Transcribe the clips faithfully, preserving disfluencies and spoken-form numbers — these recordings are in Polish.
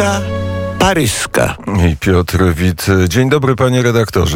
Polska paryska. I Piotr Wit. Dzień dobry, panie redaktorze.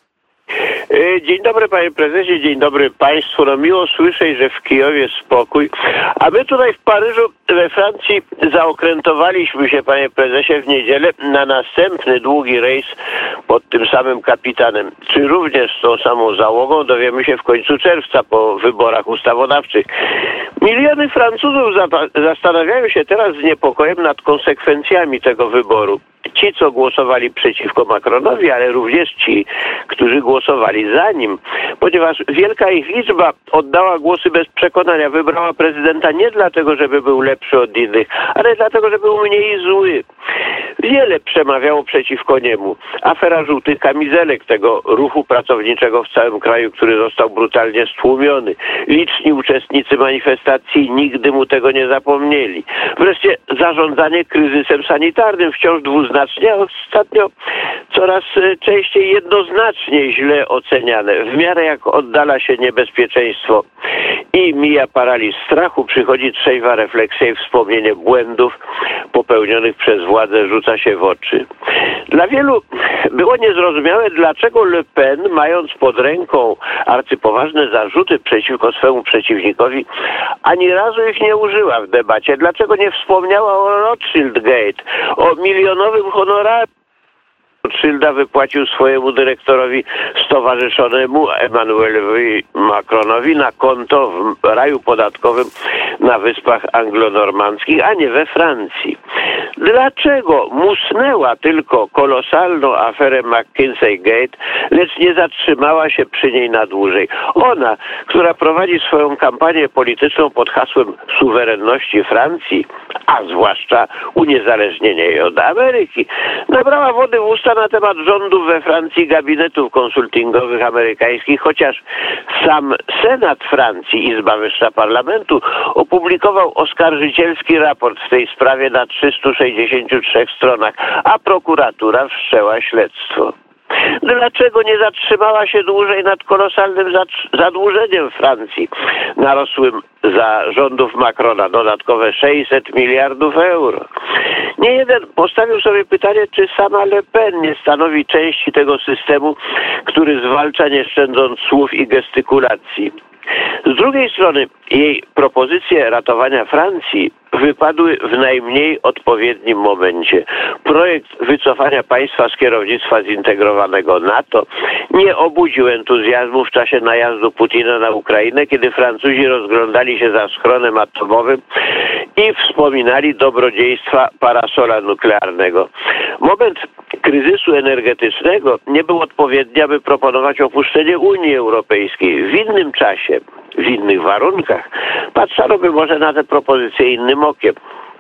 Dzień dobry, panie prezesie, dzień dobry państwu. No miło słyszeć, że w Kijowie spokój. A my tutaj w Paryżu, we Francji zaokrętowaliśmy się, panie prezesie, w niedzielę na następny długi rejs pod tym samym kapitanem. Czy również z tą samą załogą dowiemy się w końcu czerwca po wyborach ustawodawczych. Miliony Francuzów zastanawiają się teraz z niepokojem nad konsekwencjami tego wyboru. Ci, co głosowali przeciwko Macronowi, ale również ci, którzy głosowali za nim, ponieważ wielka ich liczba oddała głosy bez przekonania. Wybrała prezydenta nie dlatego, żeby był lepszy od innych, ale dlatego, że był mniej zły. Wiele przemawiało przeciwko niemu. Afera żółtych kamizelek, tego ruchu pracowniczego w całym kraju, który został brutalnie stłumiony. Liczni uczestnicy manifestacji nigdy mu tego nie zapomnieli. Wreszcie zarządzanie kryzysem sanitarnym wciąż dwuznacznie, a ostatnio coraz częściej jednoznacznie źle oceniane. W miarę jak oddala się niebezpieczeństwo i mija paraliż strachu, przychodzi trzeźwa refleksja i wspomnienie błędów popełnionych przez władzę rzuca się w oczy. Dla wielu było niezrozumiałe, dlaczego Le Pen, mając pod ręką arcypoważne zarzuty przeciwko swemu przeciwnikowi, ani razu ich nie użyła w debacie. Dlaczego nie wspomniała o Rothschild Gate, o milionowym honorarium Rothschilda wypłacił swojemu dyrektorowi stowarzyszonemu Emmanuelowi Macronowi na konto w raju podatkowym na Wyspach Anglonormandzkich, a nie we Francji. Dlaczego musnęła tylko kolosalną aferę McKinsey Gate, lecz nie zatrzymała się przy niej na dłużej? Ona, która prowadzi swoją kampanię polityczną pod hasłem suwerenności Francji, a zwłaszcza uniezależnienia jej od Ameryki, nabrała wody w usta na temat rządów we Francji, gabinetów konsultingowych amerykańskich, chociaż sam Senat Francji, Izba Wyższa Parlamentu, opublikował oskarżycielski raport w tej sprawie na trzystu sześćdziesięciu trzech stronach, a prokuratura wszczęła śledztwo. Dlaczego nie zatrzymała się dłużej nad kolosalnym zadłużeniem Francji, narosłym za rządów Macrona, dodatkowe sześćset miliardów euro? Nie jeden postawił sobie pytanie, czy sama Le Pen nie stanowi części tego systemu, który zwalcza, nie szczędząc słów i gestykulacji. Z drugiej strony jej propozycje ratowania Francji wypadły w najmniej odpowiednim momencie. Projekt wycofania państwa z kierownictwa zintegrowanego NATO nie obudził entuzjazmu w czasie najazdu Putina na Ukrainę, kiedy Francuzi rozglądali się za schronem atomowym i wspominali dobrodziejstwa parasola nuklearnego. Moment kryzysu energetycznego nie był odpowiedni, aby proponować opuszczenie Unii Europejskiej. W innym czasie, w innych warunkach patrzono by może na te propozycje innym okiem.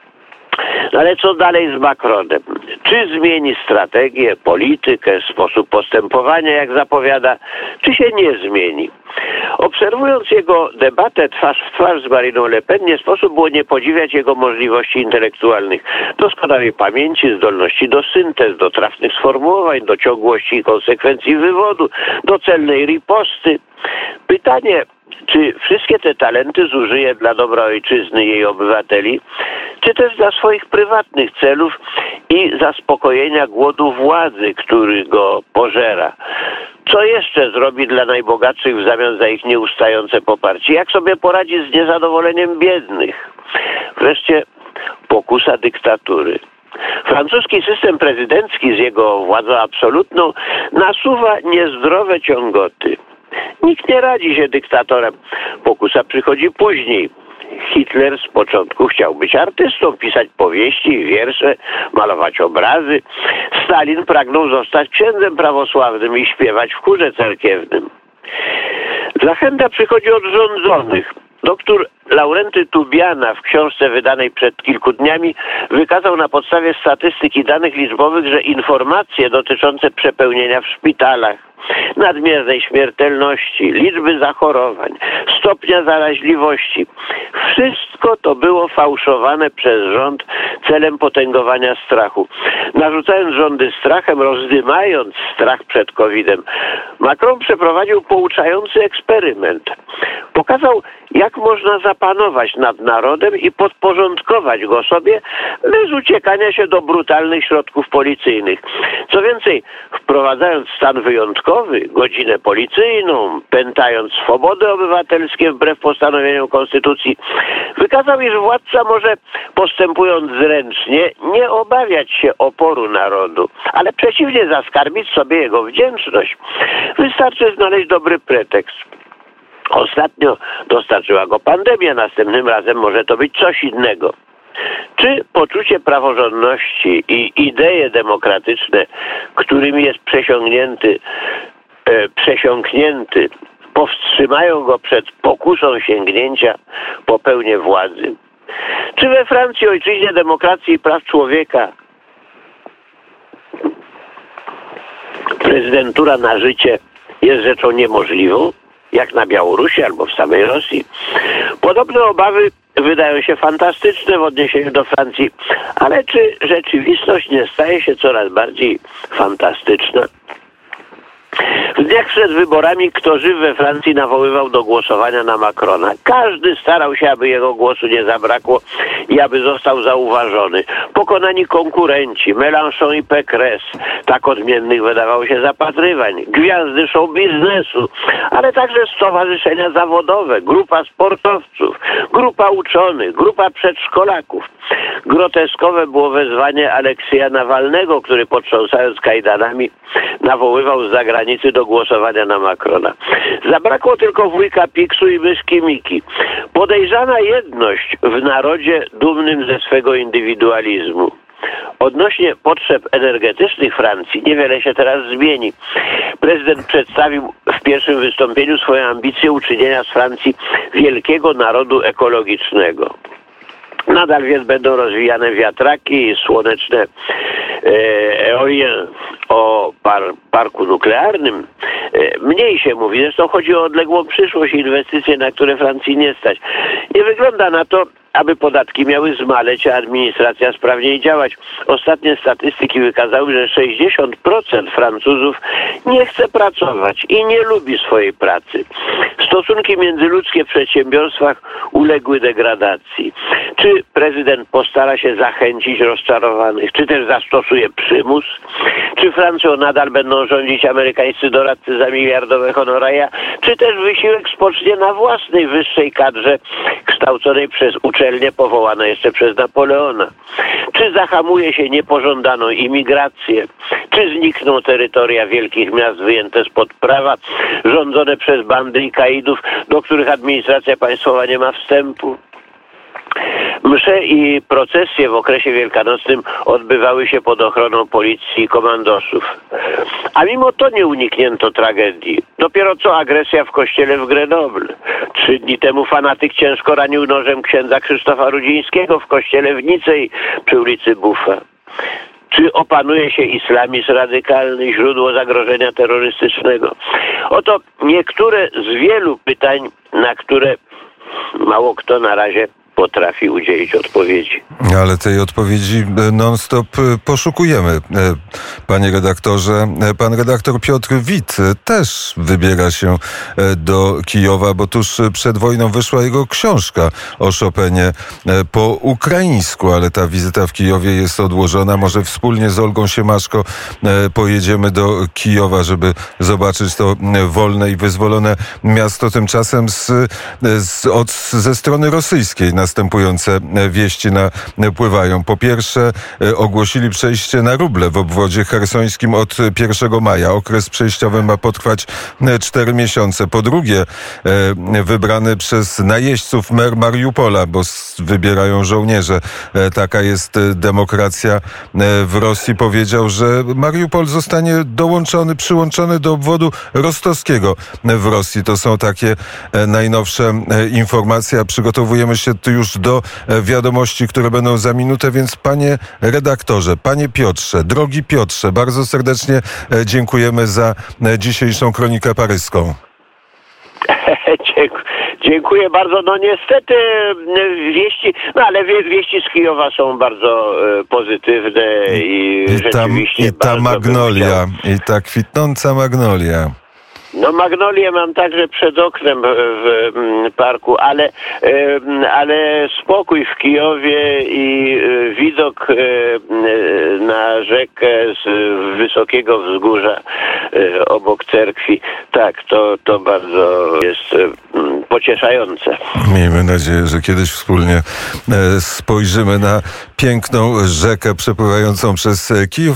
Ale co dalej z Macronem? Czy zmieni strategię, politykę, sposób postępowania, jak zapowiada, czy się nie zmieni? Obserwując jego debatę twarz w twarz z Mariną Le Pen, nie sposób było nie podziwiać jego możliwości intelektualnych, doskonałej pamięci, zdolności do syntez, do trafnych sformułowań, do ciągłości i konsekwencji wywodu, do celnej riposty. Pytanie, czy wszystkie te talenty zużyje dla dobra ojczyzny i jej obywateli, czy też dla swoich prywatnych celów i zaspokojenia głodu władzy, który go pożera? Co jeszcze zrobi dla najbogatszych w zamian za ich nieustające poparcie? Jak sobie poradzi z niezadowoleniem biednych? Wreszcie pokusa dyktatury. Francuski system prezydencki z jego władzą absolutną nasuwa niezdrowe ciągoty. Nikt nie radzi się dyktatorem. Pokusa przychodzi później. Hitler z początku chciał być artystą, pisać powieści, wiersze, malować obrazy. Stalin pragnął zostać księdzem prawosławnym i śpiewać w chórze cerkiewnym. Zachęta przychodzi od rządzonych. Doktor Laurenty Tubiana w książce wydanej przed kilku dniami wykazał na podstawie statystyki danych liczbowych, że informacje dotyczące przepełnienia w szpitalach, nadmiernej śmiertelności, liczby zachorowań, stopnia zaraźliwości. Wszystko to było fałszowane przez rząd celem potęgowania strachu. Narzucając rządy strachem, rozdymając strach przed kowidem, Macron przeprowadził pouczający eksperyment. Pokazał, jak można zapanować nad narodem i podporządkować go sobie bez uciekania się do brutalnych środków policyjnych. Co więcej, wprowadzając stan wyjątkowy, godzinę policyjną, pętając swobody obywatelskie wbrew postanowieniom konstytucji, wykazał, iż władca może, postępując zręcznie, nie obawiać się oporu narodu, ale przeciwnie zaskarbić sobie jego wdzięczność. Wystarczy znaleźć dobry pretekst. Ostatnio dostarczyła go pandemia, następnym razem może to być coś innego. Czy poczucie praworządności i idee demokratyczne, którymi jest przesiągnięty, e, przesiąknięty, powstrzymają go przed pokusą sięgnięcia po pełnię władzy? Czy we Francji, ojczyźnie demokracji i praw człowieka, prezydentura na życie jest rzeczą niemożliwą, jak na Białorusi albo w samej Rosji? Podobne obawy wydają się fantastyczne w odniesieniu do Francji, ale czy rzeczywistość nie staje się coraz bardziej fantastyczna? W dniach przed wyborami kto żyw we Francji nawoływał do głosowania na Macrona. Każdy starał się, aby jego głosu nie zabrakło i aby został zauważony. Pokonani konkurenci, Mélenchon i Pécresse, tak odmiennych wydawało się zapatrywań, gwiazdy show biznesu, ale także stowarzyszenia zawodowe, grupa sportowców, grupa uczonych, grupa przedszkolaków. Groteskowe było wezwanie Aleksieja Nawalnego, który potrząsając kajdanami nawoływał z zagranicy do głosowania na Macrona. Zabrakło tylko wujka Piksu i myszki Miki. Podejrzana jedność w narodzie dumnym ze swego indywidualizmu. Odnośnie potrzeb energetycznych Francji niewiele się teraz zmieni. Prezydent przedstawił w pierwszym wystąpieniu swoją ambicję uczynienia z Francji wielkiego narodu ekologicznego. Nadal więc będą rozwijane wiatraki i słoneczne eolien. O par, parku nuklearnym e, mniej się mówi. Zresztą chodzi o odległą przyszłość i inwestycje, na które Francji nie stać. Nie wygląda na to, aby podatki miały zmaleć, a administracja sprawniej działać. Ostatnie statystyki wykazały, że sześćdziesiąt procent Francuzów nie chce pracować i nie lubi swojej pracy. Stosunki międzyludzkie w przedsiębiorstwach uległy degradacji. Czy prezydent postara się zachęcić rozczarowanych, czy też zastosuje przymus? Czy Francją nadal będą rządzić amerykańscy doradcy za miliardowe honoraria, czy też wysiłek spocznie na własnej wyższej kadrze kształconej przez uczelnie powołane jeszcze przez Napoleona? Czy zahamuje się niepożądaną imigrację? Czy znikną terytoria wielkich miast wyjęte spod prawa, rządzone przez bandy i kaidów, do których administracja państwowa nie ma wstępu? Msze i procesje w okresie wielkanocnym odbywały się pod ochroną policji i komandosów. A mimo to nie uniknięto tragedii. Dopiero co agresja w kościele w Grenoble. Trzy dni temu fanatyk ciężko ranił nożem księdza Krzysztofa Rudzińskiego w kościele w Nicei przy ulicy Buffa. Czy opanuje się islamizm radykalny, źródło zagrożenia terrorystycznego? Oto niektóre z wielu pytań, na które mało kto na razie potrafi udzielić odpowiedzi. Ale tej odpowiedzi non-stop poszukujemy. Panie redaktorze, pan redaktor Piotr Wit też wybiera się do Kijowa, bo tuż przed wojną wyszła jego książka o Chopinie po ukraińsku, ale ta wizyta w Kijowie jest odłożona. Może wspólnie z Olgą Siemaszko pojedziemy do Kijowa, żeby zobaczyć to wolne i wyzwolone miasto. Tymczasem z, z, od, ze strony rosyjskiej następujące wieści napływają. Po pierwsze, ogłosili przejście na ruble w obwodzie chersońskim od pierwszego maja. Okres przejściowy ma potrwać cztery miesiące. Po drugie, wybrany przez najeźdźców mer Mariupola, bo wybierają żołnierze. Taka jest demokracja w Rosji. Powiedział, że Mariupol zostanie dołączony, przyłączony do obwodu rostowskiego w Rosji. To są takie najnowsze informacje. Przygotowujemy się tu już do wiadomości, które będą za minutę, więc panie redaktorze, panie Piotrze, drogi Piotrze, bardzo serdecznie dziękujemy za dzisiejszą kronikę paryską. Dziękuję bardzo. No niestety wieści, no ale wieści z Kijowa są bardzo pozytywne i, I, i rzeczywiście ta, i ta magnolia, i ta kwitnąca magnolia. No magnolię mam także przed oknem w, w parku, ale, ale spokój w Kijowie i widok na rzekę z wysokiego wzgórza obok cerkwi, tak, to, to bardzo jest pocieszające. Miejmy nadzieję, że kiedyś wspólnie spojrzymy na piękną rzekę przepływającą przez Kijów.